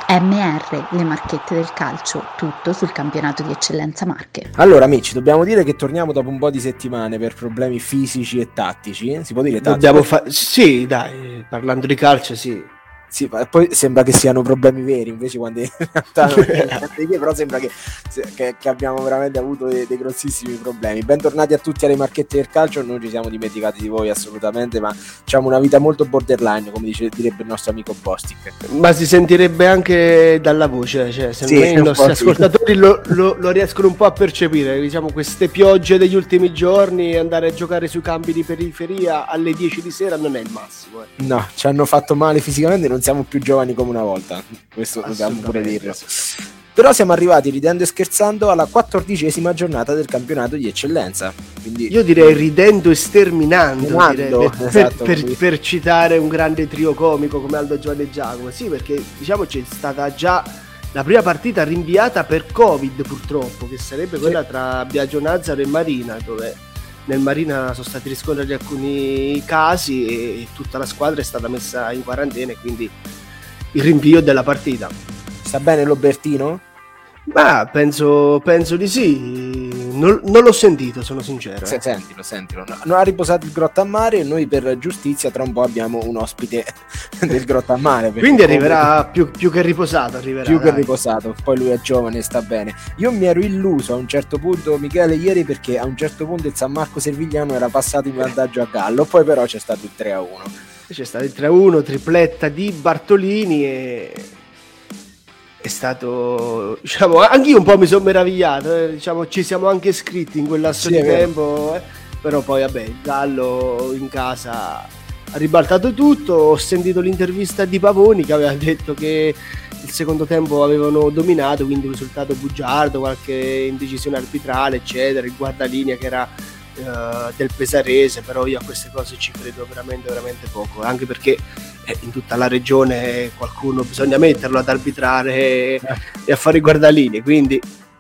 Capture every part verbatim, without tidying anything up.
M R, le marchette del calcio, tutto sul campionato di eccellenza Marche. Allora amici, dobbiamo dire che torniamo dopo un po' di settimane per problemi fisici e tattici, si può dire tattici? Dobbiamo fa- sì, dai, parlando di calcio sì. Sì, ma poi sembra che siano problemi veri, invece quando in realtà non è niente, però sembra che, che, che abbiamo veramente avuto dei, dei grossissimi problemi. Bentornati a tutti alle marchette del calcio, non ci siamo dimenticati di voi assolutamente, ma diciamo una vita molto borderline, come dice, direbbe il nostro amico Bostic. Ma si sentirebbe anche dalla voce, cioè se sì, i nostri ascoltatori lo, lo, lo riescono un po' a percepire, diciamo queste piogge degli ultimi giorni, andare a giocare sui campi di periferia alle dieci di sera non è il massimo. Eh. No, ci hanno fatto male fisicamente, non siamo più giovani come una volta, questo dobbiamo pure dirlo. Però siamo arrivati, ridendo e scherzando, alla quattordicesima giornata del campionato di eccellenza. Quindi io direi ridendo e sterminando, direi, per, esatto, per, per, per citare un grande trio comico come Aldo, Giovanni e Giacomo. Sì, perché diciamo c'è stata già la prima partita rinviata per Covid purtroppo, che sarebbe quella tra Biagio Nazzaro e Marina, dove nel Marina sono stati riscontrati alcuni casi e tutta la squadra è stata messa in quarantena, quindi il rinvio della partita. Sta bene Lobertino? Ma penso, penso di sì, non, non l'ho sentito, sono sincero. Se, eh. Sentilo, sentilo. No, non ha riposato il Grottammare e noi per giustizia tra un po' abbiamo un ospite del Grottammare. Quindi arriverà più, più che riposato, arriverà. Più dai. che riposato, poi lui è giovane e sta bene. Io mi ero illuso a un certo punto, Michele, ieri, perché a un certo punto il San Marco Servigliano era passato in vantaggio a Gallo, poi però c'è stato il tre a uno. C'è stato il tre a uno, tripletta di Bartolini e... è stato, diciamo, anch'io un po' mi sono meravigliato, eh. Diciamo, ci siamo anche iscritti in quel lasso sì, di tempo, eh. Però poi vabbè, il Gallo in casa ha ribaltato tutto. Ho sentito l'intervista di Pavoni che aveva detto che il secondo tempo avevano dominato, quindi un risultato bugiardo, qualche indecisione arbitrale eccetera, il guardalinea che era uh, del Pesarese, però io a queste cose ci credo veramente veramente poco, anche perché in tutta la regione qualcuno bisogna metterlo ad arbitrare e, e a fare i guardalinee, quindi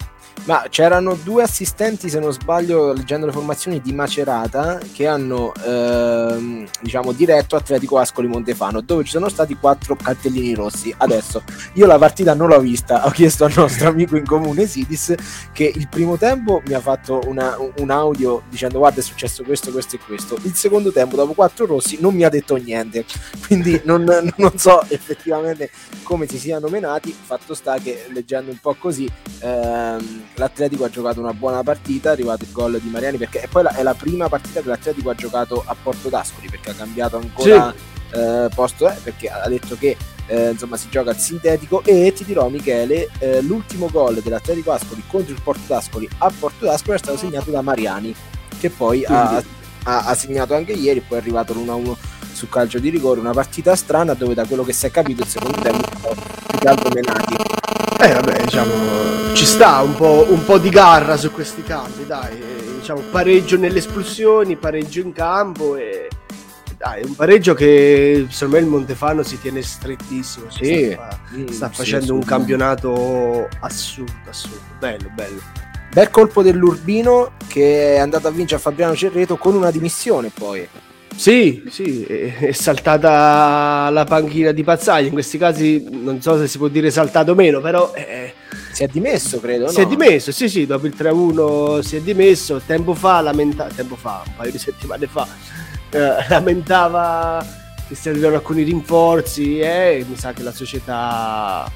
ma c'erano due assistenti, se non sbaglio, leggendo le formazioni, di Macerata che hanno ehm, diciamo diretto Atletico Ascoli Montefano, dove ci sono stati quattro cartellini rossi. Adesso io la partita non l'ho vista, ho chiesto al nostro amico in comune Sidis, che il primo tempo mi ha fatto una, un audio dicendo guarda è successo questo, questo e questo. Il secondo tempo, dopo quattro rossi, non mi ha detto niente, quindi non, non so effettivamente come si siano menati. Fatto sta che leggendo un po' così ehm, l'Atletico ha giocato una buona partita, è arrivato il gol di Mariani, perché e poi la, è la prima partita che l'Atletico ha giocato a Porto d'Ascoli, perché ha cambiato ancora sì. eh, posto, eh, perché ha detto che eh, insomma si gioca al sintetico. E ti dirò Michele, eh, l'ultimo gol dell'Atletico Ascoli contro il Porto d'Ascoli a Porto d'Ascoli è stato segnato da Mariani, che poi ha, ha, ha segnato anche ieri, poi è arrivato l'uno a uno su calcio di rigore. Una partita strana dove, da quello che si è capito, il secondo tempo più che altro menati. Eh vabbè, diciamo, ci sta un po', un po' di garra su questi campi, dai, eh, diciamo pareggio nelle espulsioni, pareggio in campo e dai, un pareggio che secondo me il Montefano si tiene strettissimo, sì, sta, sì, sta sì, facendo un campionato assurdo, assurdo, bello, bello. Bel colpo dell'Urbino che è andato a vincere a Fabriano Cerreto con una dimissione poi. Sì, sì, è, è saltata la panchina di Pazzaglia, in questi casi non so se si può dire saltato o meno, però eh, si è dimesso, credo, si no? è dimesso, sì sì, dopo il tre a uno si è dimesso. Tempo fa lamenta- tempo fa, un paio di settimane fa eh, lamentava che servivano alcuni rinforzi e eh, mi sa che la società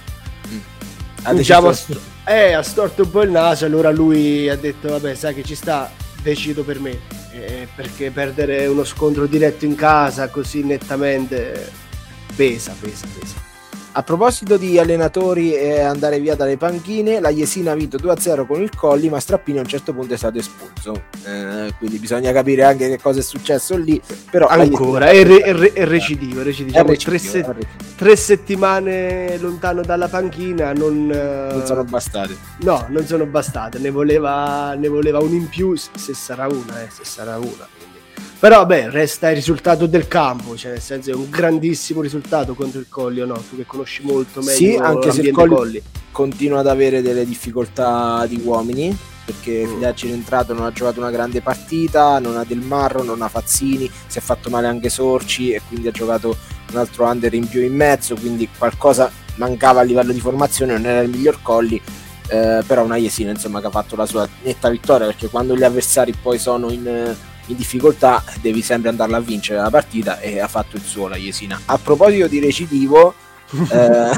ha diciamo, deciso... eh, ha storto un po' il naso, allora lui ha detto vabbè, sai che ci sta, decido per me. Eh, perché perdere uno scontro diretto in casa così nettamente pesa, pesa, pesa. A proposito di allenatori e andare via dalle panchine, la Jesina ha vinto due a zero con il Colli, ma Strappini a un certo punto è stato espulso, eh, quindi bisogna capire anche che cosa è successo lì. Però ancora è, re, è, re, è recidivo, recidivo, diciamo, è recidivo, tre, se- è recidivo. tre settimane lontano dalla panchina non, non sono bastate. No, non sono bastate, ne voleva, ne voleva un in più, se sarà una, eh, se sarà una. Però beh, resta il risultato del campo, cioè nel senso è un grandissimo risultato contro il Colli, o no? Tu che conosci molto meglio sì, anche se il Colli, Colli continua ad avere delle difficoltà di uomini, perché mm. Figliacci è entrato, non ha giocato una grande partita, non ha Del Marro, non ha Fazzini, si è fatto male anche Sorci e quindi ha giocato un altro under in più in mezzo, quindi qualcosa mancava a livello di formazione, non era il miglior Colli, eh, però una Jesina insomma che ha fatto la sua netta vittoria, perché quando gli avversari poi sono in, in difficoltà devi sempre andarla a vincere la partita, e ha fatto il suo la Jesina. A proposito di recidivo, eh,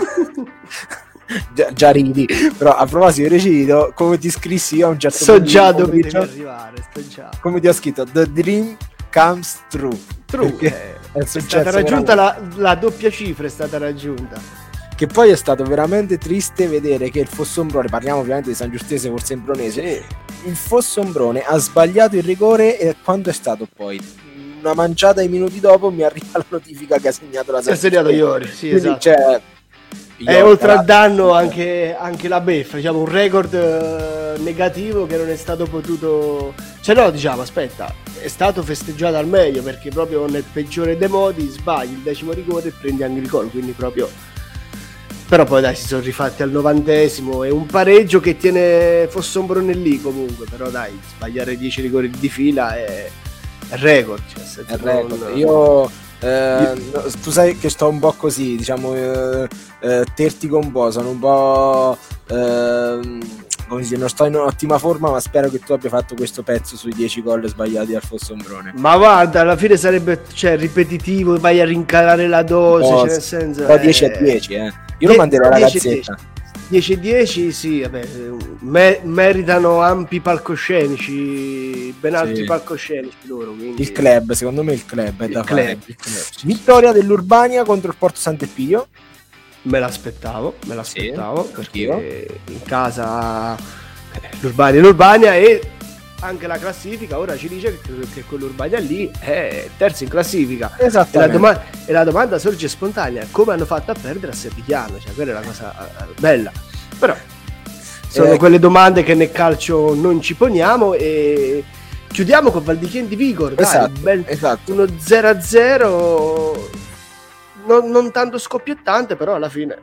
già, già ridi, però a proposito di recidivo, come ti scrissi io a un certo so punto già dove devi arrivare, sto già. Come ti ho scritto, the dream comes true, true è, è stata raggiunta la, la doppia cifra, è stata raggiunta. Che poi è stato veramente triste vedere che il Fossombrone, parliamo ovviamente di San Giustese Fossombrone, sì. Il Fossombrone ha sbagliato il rigore, e quando è stato poi una manciata di minuti dopo mi arriva la notifica che ha segnato la San Giustese. Ha segnato Iori, sì. Quindi, esatto. Cioè, e oltre al danno anche, anche la beffa, diciamo un record eh, negativo che non è stato potuto, cioè no, diciamo aspetta, è stato festeggiato al meglio, perché proprio nel peggiore dei modi sbagli il decimo rigore e prendi anche il gol, quindi proprio, però poi dai, si sono rifatti al novantesimo, è un pareggio che tiene Fossombrone lì comunque, però dai, sbagliare dieci rigori di fila è, è record, cioè, è record. Non... io Eh, no, tu sai che sto un po' così, diciamo, eh, eh, tertico un po', sono un po' eh, come si dice, non sto in ottima forma, ma spero che tu abbia fatto questo pezzo sui dieci gol sbagliati al Fossombrone. Ma guarda, alla fine sarebbe, cioè, ripetitivo, vai a rincalare la dose, cioè, nel senso, però dieci a dieci, eh. Io lo manderò alla Gazzetta. dieci a dieci, sì, vabbè, me- meritano ampi palcoscenici, ben alti sì. palcoscenici loro. Quindi... Il club, secondo me il club è il da club, fare. Il club. Vittoria dell'Urbania contro il Porto Sant'Epidio. Me l'aspettavo, me l'aspettavo, sì, perché in casa l'Urbania è l'Urbania, e anche la classifica ora ci dice che, che quell'Urbania lì è terzo in classifica. Esattamente. E la, doma- e la domanda sorge spontanea: come hanno fatto a perdere a Seppiano? Cioè, quella è la cosa bella. Però sono eh, quelle domande che nel calcio non ci poniamo. E chiudiamo con Valdicien di Vigor. Esatto, dai, bel, esatto. Uno zero a zero, non, non tanto scoppiettante, però alla fine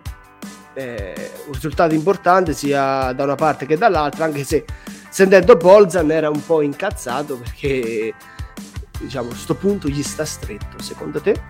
è un risultato importante sia da una parte che dall'altra, anche se sentendo Bolzan era un po' incazzato perché, diciamo, a sto punto gli sta stretto. Secondo te?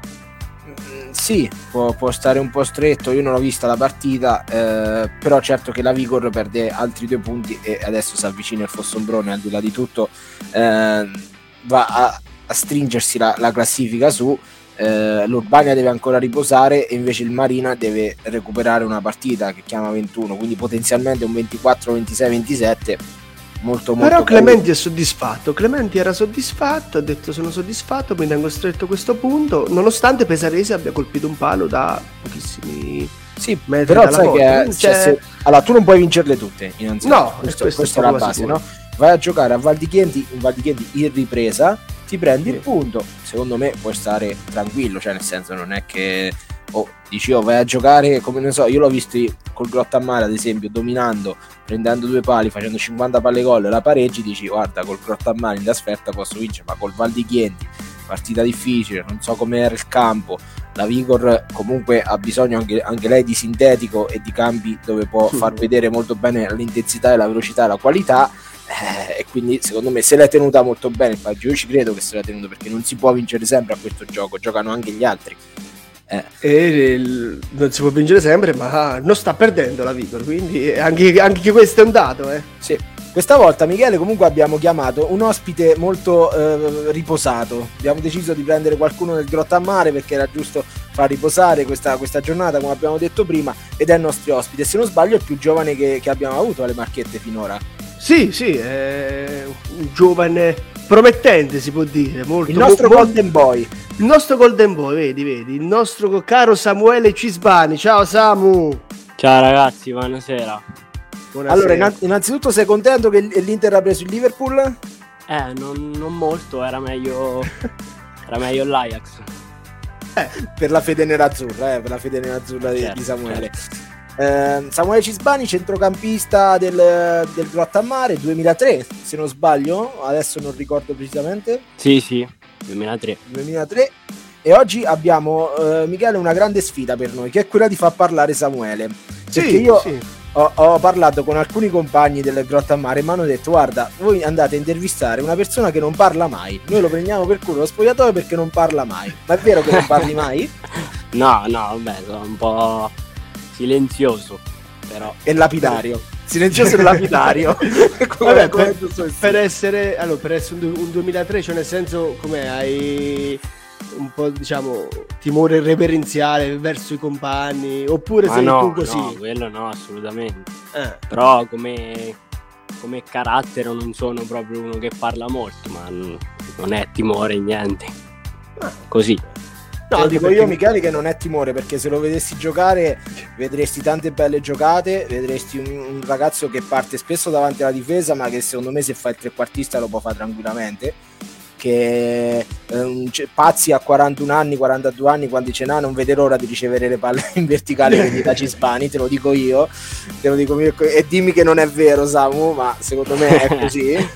Mm, sì, può, può stare un po' stretto. Io non ho vista la partita, eh, però certo che la Vigor perde altri due punti e adesso si avvicina il Fossombrone, al di là di tutto eh, va a, a stringersi la, la classifica su. Uh, l'Urbania deve ancora riposare e invece il Marina deve recuperare una partita che chiama ventuno, quindi potenzialmente un ventiquattro, ventisei, ventisette. Molto, molto però Clementi bello. È soddisfatto, Clementi era soddisfatto, ha detto sono soddisfatto, mi tengo stretto a questo punto, nonostante Pesaresi abbia colpito un palo da pochissimi sì, metri però dalla sai porta. che cioè, se, allora tu non puoi vincerle tutte innanzitutto, no, questo, questo, questa è la base, no? Vai a giocare a Val di Chieti, in Val di Chieti in ripresa, ti prendi sì. il punto, secondo me puoi stare tranquillo, cioè nel senso non è che oh, dici oh vai a giocare, come ne so, io l'ho visto col Grottammare ad esempio, dominando, prendendo due pali, facendo cinquanta palle gol, la pareggi, dici guarda col Grottammare in trasferta posso vincere, ma col Val di Chieti partita difficile, non so come era il campo, la Vigor comunque ha bisogno anche, anche lei di sintetico e di campi dove può far vedere molto bene l'intensità e la velocità e la qualità. Eh, e quindi secondo me se l'è tenuta molto bene il pareggio, io ci credo che se l'è tenuta perché non si può vincere sempre a questo gioco, giocano anche gli altri eh. e il, non si può vincere sempre, ma non sta perdendo la Vigor, quindi anche, anche questo è un dato eh. Sì. Questa volta Michele comunque abbiamo chiamato un ospite molto eh, riposato, abbiamo deciso di prendere qualcuno del Grottammare perché era giusto far riposare questa, questa giornata come abbiamo detto prima, ed è il nostro ospite, se non sbaglio è il più giovane che, che abbiamo avuto alle Marchette finora. Sì, sì, è un giovane promettente, si può dire. Molto, il nostro mo- Golden Boy. Il nostro Golden Boy, vedi, vedi, il nostro caro Samuele Cisbani. Ciao Samu. Ciao ragazzi, buonasera. Buonasera. Allora, innanzitutto sei contento che l'Inter ha preso il Liverpool? Eh, non, non molto, era meglio era meglio l'Ajax. Eh, per la fede nerazzurra, eh, per la fede nerazzurra certo, di Samuele. Certo. Eh, Samuele Cisbani, centrocampista del, del Grottammare, duemilatré se non sbaglio, adesso non ricordo precisamente. Sì, sì, duemilatré. duemilatré E oggi abbiamo, eh, Michele, una grande sfida per noi, che è quella di far parlare Samuele. Sì, perché io sì. ho, ho parlato con alcuni compagni del Grottammare e mi hanno detto guarda, voi andate a intervistare una persona che non parla mai, noi lo prendiamo per culo lo spogliatoio perché non parla mai. Ma è vero che non parli mai? No, no, vabbè, sono un po'... silenzioso, però. E lapidario. Silenzioso e lapidario. come, Vabbè, come per, per essere allora, per essere un, un duemilatré, cioè nel senso, come hai un po', diciamo, timore reverenziale verso i compagni, oppure Ma sei no, tu così? no, quello no, assolutamente. Eh. Però come, come carattere non sono proprio uno che parla molto, ma non è timore, niente. Ah. Così. No, dico perché... io Michele che non è timore, perché se lo vedessi giocare vedresti tante belle giocate, vedresti un, un ragazzo che parte spesso davanti alla difesa, ma che secondo me se fa il trequartista lo può fare tranquillamente, che um, Pazzi a quarantuno anni, quarantadue anni, quando ce n'ha non vede l'ora di ricevere le palle in verticale che gli dà Cisbani, te lo dico io, te lo dico io, e dimmi che non è vero Samu, ma secondo me è così.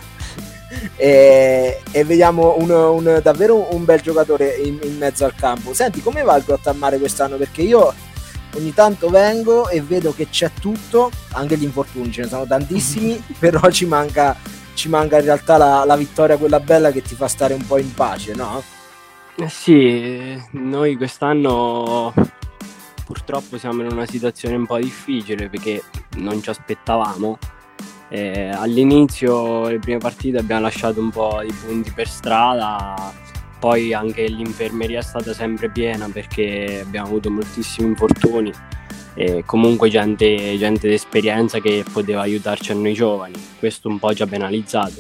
E, e vediamo un, un, davvero un bel giocatore in, in mezzo al campo. Senti, come va il Grottammare quest'anno? Perché io ogni tanto vengo e vedo che c'è tutto, anche gli infortuni ce ne sono tantissimi, però ci manca, ci manca in realtà la, la vittoria, quella bella che ti fa stare un po' in pace, no? Eh sì, noi quest'anno purtroppo siamo in una situazione un po' difficile perché non ci aspettavamo. Eh, all'inizio, le prime partite abbiamo lasciato un po' di punti per strada, poi anche l'infermeria è stata sempre piena perché abbiamo avuto moltissimi infortuni e comunque gente, gente d'esperienza che poteva aiutarci a noi giovani. Questo un po' ci ha penalizzato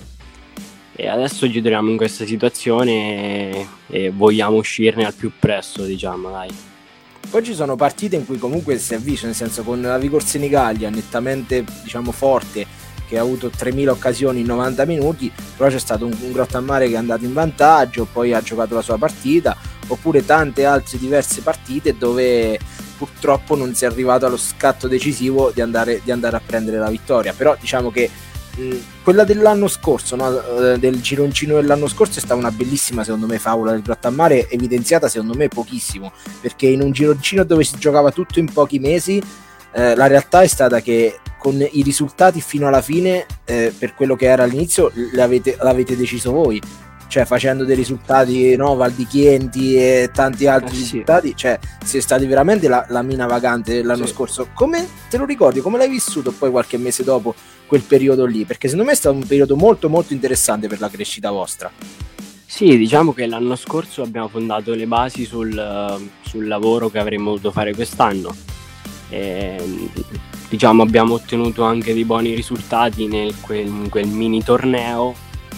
e adesso ci troviamo in questa situazione e, e vogliamo uscirne al più presto, diciamo, dai. Poi ci sono partite in cui comunque si è visto, nel senso, con la Vigor Senigallia nettamente, diciamo, forte, che ha avuto tremila occasioni in novanta minuti, però c'è stato un, un Grottammare che è andato in vantaggio, poi ha giocato la sua partita, oppure tante altre diverse partite dove purtroppo non si è arrivato allo scatto decisivo di andare, di andare a prendere la vittoria. Però diciamo che mh, quella dell'anno scorso, no? Del gironcino dell'anno scorso, è stata una bellissima, secondo me, favola del Grottammare, evidenziata secondo me pochissimo, perché in un gironcino dove si giocava tutto in pochi mesi, eh, la realtà è stata che con i risultati fino alla fine, eh, per quello che era all'inizio, l'avete, l'avete deciso voi, cioè facendo dei risultati, no, Val di Chienti e tanti altri eh sì. risultati, cioè siete stati veramente la, la mina vagante l'anno sì. scorso. Come te lo ricordi? Come l'hai vissuto poi qualche mese dopo quel periodo lì? Perché secondo me è stato un periodo molto molto interessante per la crescita vostra. Sì, diciamo che l'anno scorso abbiamo fondato le basi sul, sul lavoro che avremmo voluto fare quest'anno. E, diciamo abbiamo ottenuto anche dei buoni risultati nel quel, in quel mini torneo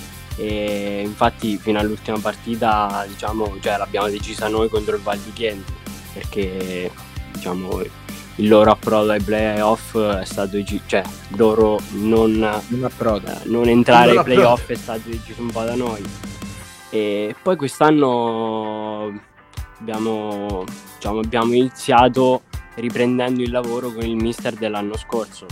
e infatti fino all'ultima partita, diciamo, cioè, l'abbiamo decisa noi contro il Val di Chienti, perché diciamo il loro approdo ai playoff è stato, cioè loro non, non, approdo. Eh, non entrare non ai playoff è stato deciso un po' da noi. E poi quest'anno abbiamo, diciamo, abbiamo iniziato riprendendo il lavoro con il mister dell'anno scorso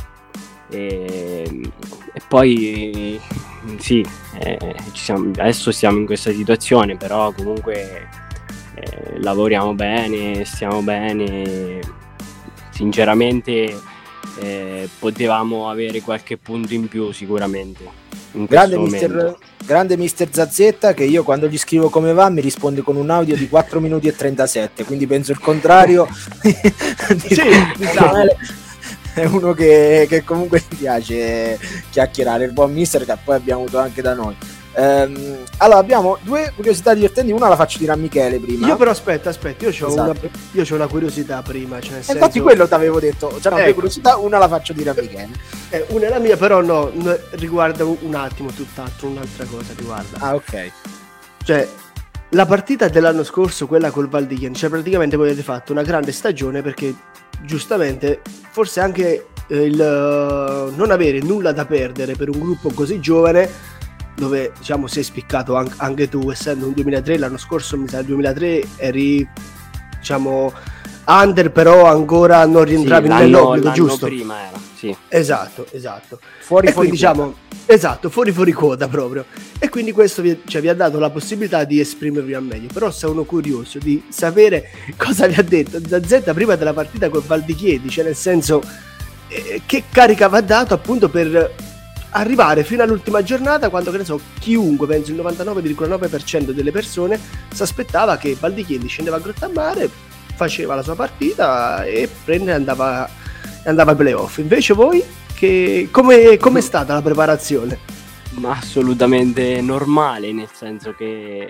e, e poi sì, eh, ci siamo, adesso siamo in questa situazione, però comunque eh, lavoriamo bene, stiamo bene, sinceramente eh, potevamo avere qualche punto in più sicuramente. Grande mister, grande mister Zazzetta, che io quando gli scrivo come va mi risponde con un audio di quattro minuti e trentasette, quindi penso il contrario. Sì, diciamo, è uno che, che comunque mi piace chiacchierare, il buon mister che poi abbiamo avuto anche da noi. Um, allora abbiamo due curiosità divertenti, una la faccio dire a Michele prima. Io però aspetta, aspetta, io ho esatto. una, io c'ho una curiosità prima, cioè nel e senso... infatti quello ti avevo detto, c'è una ecco. curiosità, una la faccio dire a Michele. Eh, una è la mia, però no, no, riguarda un attimo tutt'altro, un'altra cosa riguarda. Ah, ok. Cioè, la partita dell'anno scorso, quella col Val di Chienti, cioè praticamente voi avete fatto una grande stagione perché giustamente forse anche eh, il uh, non avere nulla da perdere per un gruppo così giovane, dove diciamo sei spiccato an- anche tu, essendo un duemilatré, l'anno scorso mi sa il duemilatré eri diciamo under, però ancora non rientravi sì, nell'obbligo, l'anno giusto? Prima era, sì. Esatto, esatto. Fuori e fuori quindi, diciamo, esatto, fuori fuori quota proprio. E quindi questo vi, cioè, vi ha dato la possibilità di esprimervi al meglio. Però sono curioso di sapere cosa vi ha detto Zazzetta prima della partita con Val di Chieti, cioè nel senso eh, che carica vi ha dato appunto per arrivare fino all'ultima giornata, quando, che ne so, chiunque, penso il novantanove virgola nove per cento delle persone si aspettava che Val di Chieti scendeva a Grottammare, faceva la sua partita e prende andava e andava ai playoff. Invece voi, che, come, come è stata la preparazione? Ma assolutamente normale, nel senso che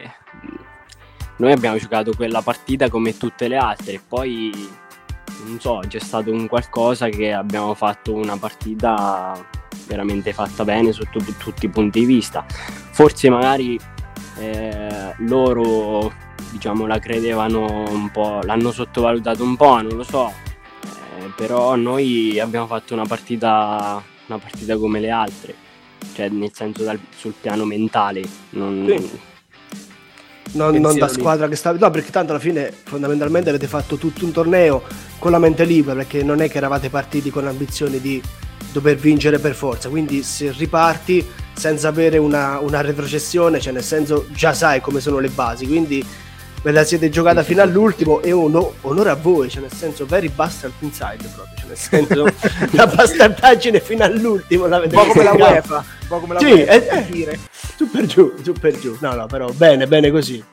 noi abbiamo giocato quella partita come tutte le altre, poi non so, c'è stato un qualcosa che abbiamo fatto una partita veramente fatta bene sotto t- tutti i punti di vista. Forse magari eh, loro, diciamo, la credevano un po', l'hanno sottovalutato un po', non lo so, eh, però noi abbiamo fatto una partita una partita come le altre, cioè nel senso dal, sul piano mentale, non, sì. non, non da squadra che sta, no, perché tanto alla fine fondamentalmente avete fatto tutto un torneo con la mente libera, perché non è che eravate partiti con l'ambizione di dover vincere per forza, quindi se riparti senza avere una, una retrocessione, cioè nel senso già sai come sono le basi, quindi ve la siete giocata fino all'ultimo e uno onore a voi, cioè nel senso very bastard inside proprio, cioè nel senso la bastardaggine fino all'ultimo l'avete un po' come la UEFA, un po' come la sì, UEFA, eh, eh, dire. Su per giù, su per giù, no no però bene, bene così.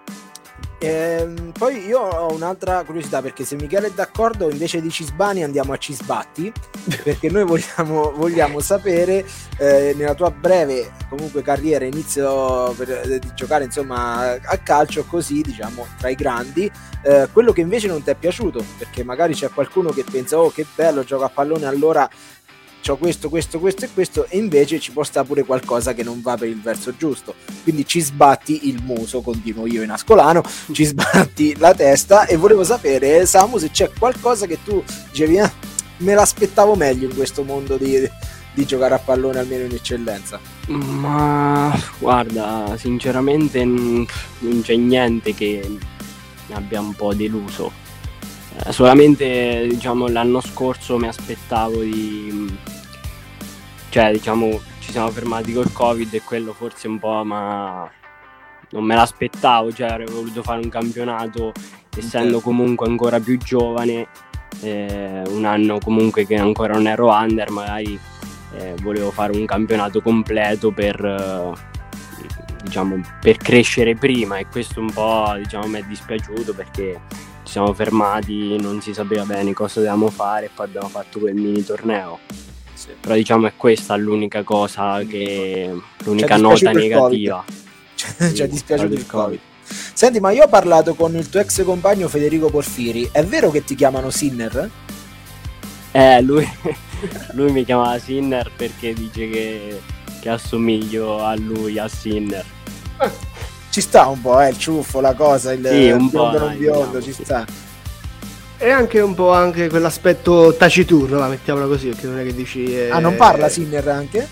Ehm, poi io ho un'altra curiosità, perché se Michele è d'accordo, invece di Cisbani andiamo a Cisbatti, perché noi vogliamo, vogliamo sapere eh, nella tua breve comunque carriera, inizio per, eh, di giocare insomma a calcio così, diciamo tra i grandi, eh, quello che invece non ti è piaciuto, perché magari c'è qualcuno che pensa oh che bello, gioco a pallone, allora c'ho questo, questo, questo e questo, e invece ci può stare pure qualcosa che non va per il verso giusto, quindi ci sbatti il muso, continuo io in ascolano, ci sbatti la testa, e volevo sapere, Samu, se c'è qualcosa che tu dicevi eh, me l'aspettavo meglio in questo mondo di, di giocare a pallone almeno in eccellenza. Ma guarda, sinceramente non c'è niente che mi abbia un po' deluso. Solamente diciamo l'anno scorso mi aspettavo di, cioè diciamo ci siamo fermati col Covid e quello forse un po', ma non me l'aspettavo, cioè avrei voluto fare un campionato essendo comunque ancora più giovane, eh, un anno comunque che ancora non ero under, magari eh, volevo fare un campionato completo per eh, diciamo per crescere prima, e questo un po' diciamo mi è dispiaciuto perché ci siamo fermati, non si sapeva bene cosa dovevamo fare e poi abbiamo fatto quel mini torneo. Sì. Però diciamo è questa l'unica cosa che l'unica nota negativa. Ci è dispiaciuto il Covid. Senti, ma io ho parlato con il tuo ex compagno Federico Porfiri, è vero che ti chiamano Sinner? Eh, lui, lui mi chiamava Sinner perché dice che, che assomiglio a lui, a Sinner. Ci sta un po', eh, il ciuffo, la cosa, il sì, un biondo po', non biondo, diciamo, ci sì. sta. E anche un po' anche quell'aspetto taciturno, la mettiamola così, perché non è che dici... Eh... Ah, non parla Sinner anche?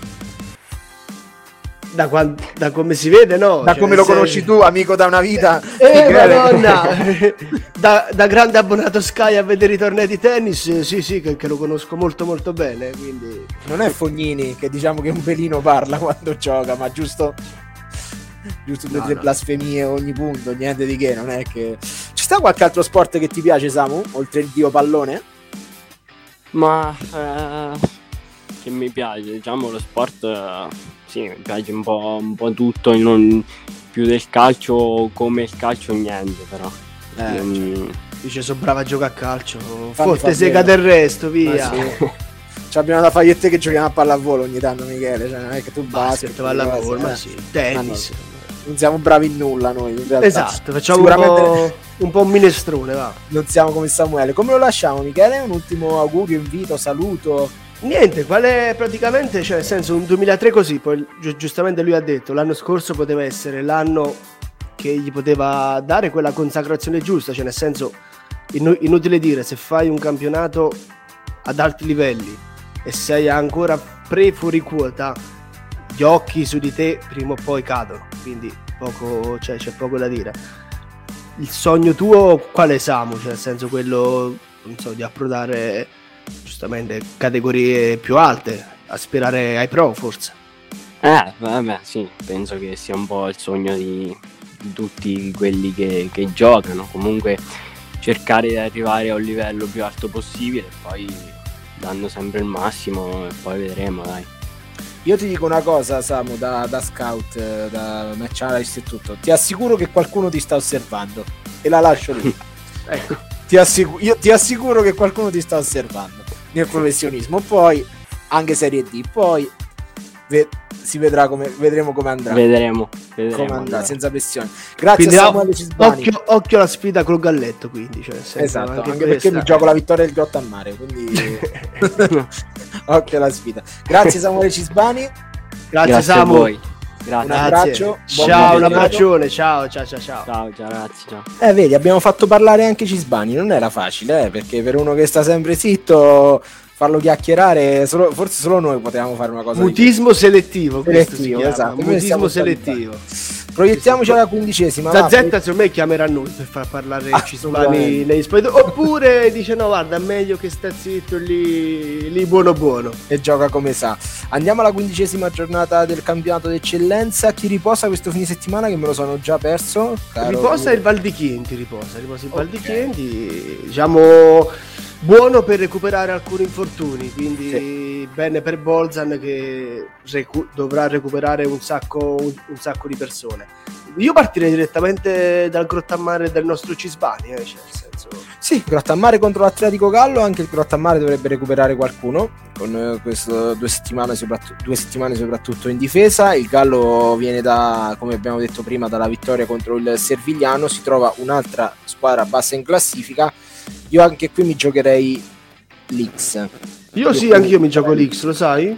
Da, quando, da come si vede, no. Da cioè, come lo sei... conosci tu, amico da una vita. Eh, madonna! da, da grande abbonato Sky a vedere i tornei di tennis, sì, sì, che, che lo conosco molto molto bene, quindi... Non è Fognini, che diciamo che un pelino parla quando gioca, ma giusto... giusto due o no, tre no. blasfemie ogni punto, niente di che, non è che... Ci sta qualche altro sport che ti piace, Samu, oltre il dio pallone? Ma eh, che mi piace, diciamo lo sport, eh, sì, mi piace un po', un po' tutto, non più del calcio, come il calcio niente, però eh, non... dice sono brava a giocare a calcio, Fammi forte fa sega del resto, via. Sì. Ci abbiamo da fare io e te che giochiamo a pallavolo ogni tanto, Michele, cioè non è che tu basket, basket, pallavolo, ma eh. sì, tennis. Ah, no. Non siamo bravi in nulla noi, in realtà. Esatto, facciamo sicuramente... un, po', un po' un minestrone, va. Non siamo come Samuele. Come lo lasciamo, Michele? Un ultimo augurio, invito, saluto? Niente, quale praticamente, cioè nel senso un duemilatré così, poi gi- giustamente lui ha detto, l'anno scorso poteva essere l'anno che gli poteva dare quella consacrazione giusta, cioè nel senso inu- inutile dire, se fai un campionato ad alti livelli e sei ancora pre fuori quota, gli occhi su di te prima o poi cadono, quindi poco, cioè, c'è poco da dire. Il sogno tuo quale, Samu? Cioè nel senso quello, non so, di approdare giustamente categorie più alte, aspirare ai pro forse. Eh, vabbè, sì, penso che sia un po' il sogno di, di tutti quelli che, che giocano, comunque cercare di arrivare a un livello più alto possibile, poi dando sempre il massimo e poi vedremo, dai. Io ti dico una cosa, Samu, da, da scout, da match analyst e tutto, ti assicuro che qualcuno ti sta osservando e la lascio lì. Ecco, ti assicuro, io ti assicuro che qualcuno ti sta osservando. nel professionismo, poi anche Serie D, poi ve- si vedrà come vedremo come andrà. Vedremo, vedremo come andrà, allora. senza pressione. Grazie quindi, a Samuele Cisbani. Occhio, occhio alla sfida col Galletto, quindi. Cioè, senso, Esatto, anche, anche questa... perché mi gioco la vittoria del Grotta a Mare, quindi occhio alla sfida. Grazie Samuele Cisbani. Grazie, Grazie Samu. a voi. Grazie. Un abbraccio. buon Ciao, un campionato. abbraccione. Ciao, ciao, ciao, ciao. Ciao, ciao ragazzi, ciao. Eh, vedi, abbiamo fatto parlare anche Cisbani, non era facile, eh, perché per uno che sta sempre zitto, farlo chiacchierare, solo, forse solo noi potevamo fare una cosa Mutismo selettivo, questo si selettivo, chiama, esatto. Noi mutismo siamo selettivo. Proiettiamoci alla quindicesima. va. Zazzetta secondo me chiamerà noi per far parlare Cisbani Assolutamente. negli spogliatoi, oppure dice no guarda meglio che sta zitto lì, lì buono buono. E gioca come sa. Andiamo alla quindicesima giornata del campionato d'eccellenza. Chi riposa questo fine settimana che me lo sono già perso? Caro Riposa mio- il Val di Chienti, riposa, riposa il Val di Ok. Chienti, diciamo buono per recuperare alcuni infortuni, quindi bene per Bolzan che recu- dovrà recuperare un sacco, un, un sacco di persone. Io partirei direttamente dal Grottammare del nostro Cisbani, eh, cioè, nel senso... Sì, Grottammare contro l'Atletico Gallo. Anche il Grottammare dovrebbe recuperare qualcuno con eh, questo due settimane, soprattutto, due settimane soprattutto in difesa. Il Gallo viene da, come abbiamo detto prima, dalla vittoria contro il Servigliano. Si trova un'altra squadra bassa in classifica. Io anche qui mi giocherei l'X. Io sì, anch'io mi gioco l'X, lo sai?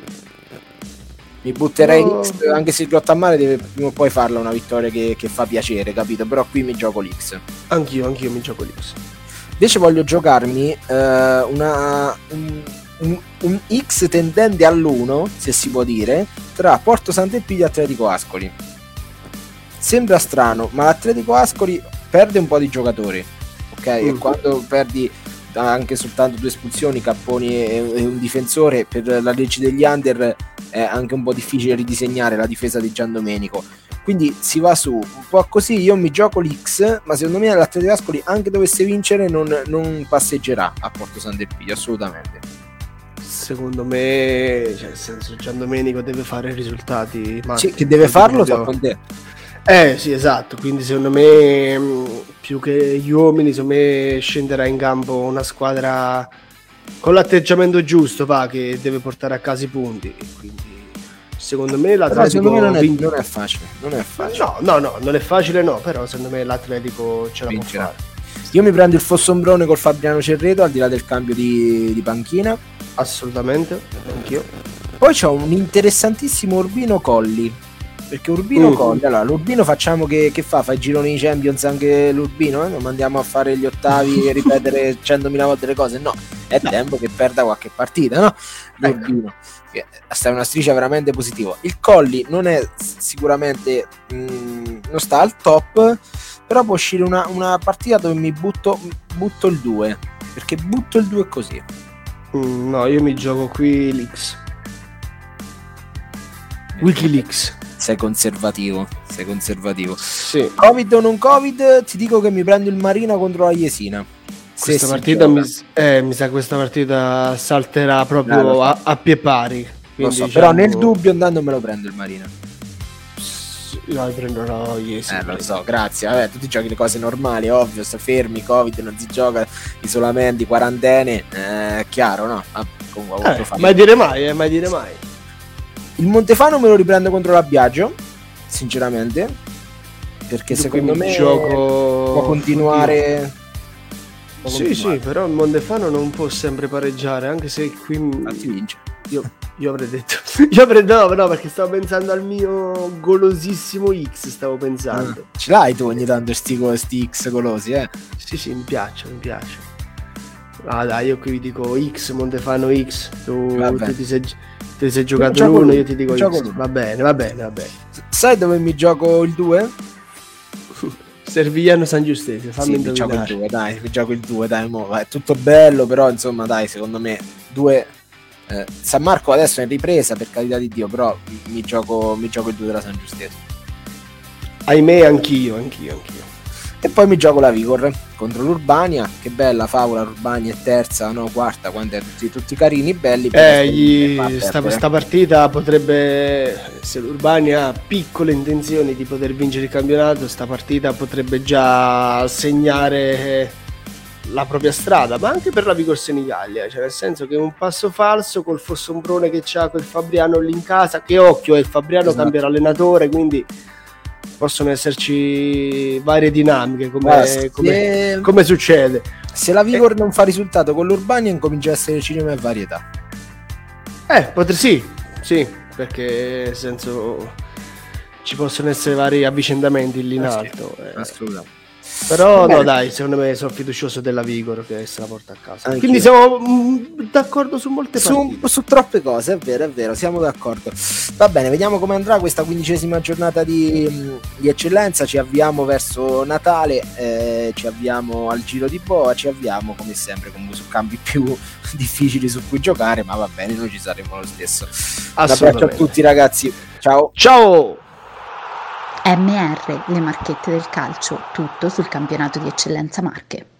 Mi butterei No. l'X, anche se il Grottammare deve prima o poi farla una vittoria che, che fa piacere, capito? Però qui mi gioco l'X. Anch'io, anch'io mi gioco l'X. Invece voglio giocarmi eh, una, un, un, un X tendente all'uno, se si può dire, tra Porto Sant'Elpidio e Atletico Ascoli. Sembra strano, ma l'Atletico Ascoli perde un po' di giocatori, ok? E Mm. quando perdi anche soltanto due espulsioni, Capponi e, e un difensore, per la legge degli under è anche un po' difficile ridisegnare la difesa di Giandomenico. Quindi si va su un po' così. Io mi gioco l'X, ma secondo me l'Atletico Ascoli, anche dovesse vincere, non, non passeggerà a Porto Sant'Elpidio, assolutamente. Secondo me, cioè, nel senso, Giandomenico deve fare risultati. Sì, che deve farlo, sta con te. Eh sì, esatto, quindi secondo me mh, più che gli uomini, secondo me scenderà in campo una squadra con l'atteggiamento giusto, va, che deve portare a casa i punti. Quindi secondo me Però l'Atletico secondo me non è, vin- non è facile, non è facile. No, no, no, non è facile, no, però secondo me l'Atletico ce la Vincerà. può fare. Io mi prendo il Fossombrone col Fabriano Cerreto, al di là del cambio di, di panchina. Assolutamente, anch'io. Poi c'ho un interessantissimo Urbino Colli, perché Urbino Mm. Colli, allora l'Urbino facciamo che, che fa? Fa i gironi di Champions anche l'Urbino? Eh? Non andiamo a fare gli ottavi e ripetere centomila volte le cose? No, è No. tempo che perda qualche partita, no? L'Urbino, che sta in una striscia veramente positiva. Il Colli non è sicuramente, mh, non sta al top, però può uscire una, una partita dove mi butto, butto il due, perché butto il due così. Mm, no, io mi gioco qui l'X. Wikileaks. Sei conservativo, sei conservativo. Sì. Covid o non Covid, ti dico che mi prendo il Marino contro la Jesina. Se Questa si partita gioca. mi, eh, mi sa che questa partita salterà Eh, proprio lo so. a, a pie pari. Lo Quindi, so, diciamo, però nel dubbio andando me lo prendo il Marino. No, prenderò yes, Eh, lo so, grazie. Vabbè, tutti giochi le cose normali, ovvio, sto fermi, Covid, non si gioca, isolamenti, quarantene, eh, chiaro, no? Ah, comunque, ho avuto Eh, fame. mai dire mai, eh, mai dire mai. Il Montefano me lo riprendo contro la Biagio, sinceramente, perché Io secondo qui mi me gioco- può continuare. può Sì, continuare. sì, però il Mondefano non può sempre pareggiare, anche se qui Infatti vince. io, io avrei detto io avrei no, no, perché stavo pensando al mio golosissimo X, stavo pensando. Ah, ce l'hai tu ogni tanto sti, sti X golosi, eh? Sì, sì, mi piace, mi piace. Ah, dai, io qui vi dico X, Montefano X. Tu, Vabbè. tu ti sei, ti sei giocato gioco l'uno, l'uno, io ti dico gioco X. l'uno. Va bene, va bene, va bene. Sai dove mi gioco il due? Servigliano San Giustesio, fammi Sì, mi gioco il indovinare. due, dai, mi gioco il due, dai, mo, è tutto bello, però insomma, dai, secondo me due eh, San Marco adesso è in ripresa, per carità di Dio, però mi gioco, mi gioco il due della San Giustesio. Ahimè, anch'io, anch'io, anch'io. E poi mi gioco la Vigor contro l'Urbania, che bella favola, l'Urbania è terza, no, quarta, quando è tutti, tutti carini, belli. Eh, poi gli- fa sta, perdere. sta partita potrebbe, se l'Urbania ha piccole intenzioni di poter vincere il campionato, sta partita potrebbe già segnare la propria strada, ma anche per la Vigor Senigallia, cioè nel senso che un passo falso col Fossombrone che c'ha quel Fabriano lì in casa, che occhio, il Fabriano esatto. cambia l'allenatore, quindi possono esserci varie dinamiche come, Basta, come, se... come succede. Se la Vigor eh. non fa risultato con l'Urbania incomincia a essere cinema e varietà. Eh, potrebbe sì, sì, perché nel senso ci possono essere vari avvicendamenti lì in eh alto. Sì, eh. Assolutamente. Però Beh, no dai, secondo me sono fiducioso della Vigor che se la porta a casa. Anch'io. Quindi siamo mh, d'accordo su molte su, su troppe cose, è vero, è vero, siamo d'accordo. Va bene, vediamo come andrà questa quindicesima giornata di, di eccellenza. Ci avviamo verso Natale, eh, ci avviamo al Giro di Boa, ci avviamo come sempre comunque su campi più difficili su cui giocare, ma va bene, noi ci saremo lo stesso. Un abbraccio a tutti ragazzi, ciao. Ciao. M R, le marchette del calcio, tutto sul campionato di eccellenza Marche.